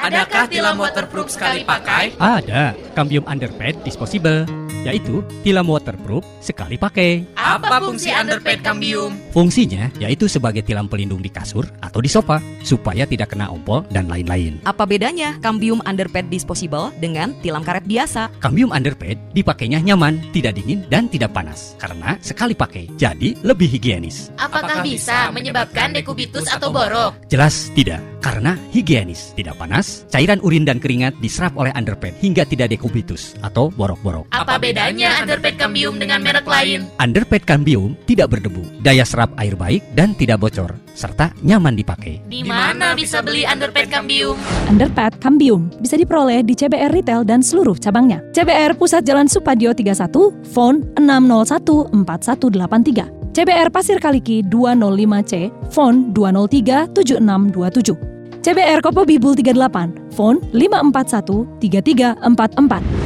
Adakah tilam waterproof sekali pakai? Ada, Cambium Underpad Disposable, yaitu tilam waterproof sekali pakai. Apa fungsi underpad Cambium? Fungsinya yaitu sebagai tilam pelindung di kasur atau di sofa, supaya tidak kena ompol dan lain-lain. Apa bedanya Cambium Underpad Disposable dengan tilam karet biasa? Cambium Underpad dipakainya nyaman, tidak dingin dan tidak panas, karena sekali pakai, jadi lebih higienis. Apakah bisa menyebabkan dekubitus atau borok? Jelas tidak, karena higienis, tidak panas, cairan urin dan keringat diserap oleh underpad hingga tidak dekubitus atau borok-borok. Apa bedanya underpad Cambium dengan merek lain? Underpad Cambium tidak berdebu, daya serap air baik dan tidak bocor, serta nyaman dipakai. Di mana bisa beli underpad Cambium? Underpad Cambium bisa diperoleh di CBR Retail dan seluruh cabangnya. CBR Pusat Jalan Supadio 31, phone 6014183. CBR Pasir Kaliki 205C, phone 2037627. CBR Kopo Bibul 38, phone 5413344.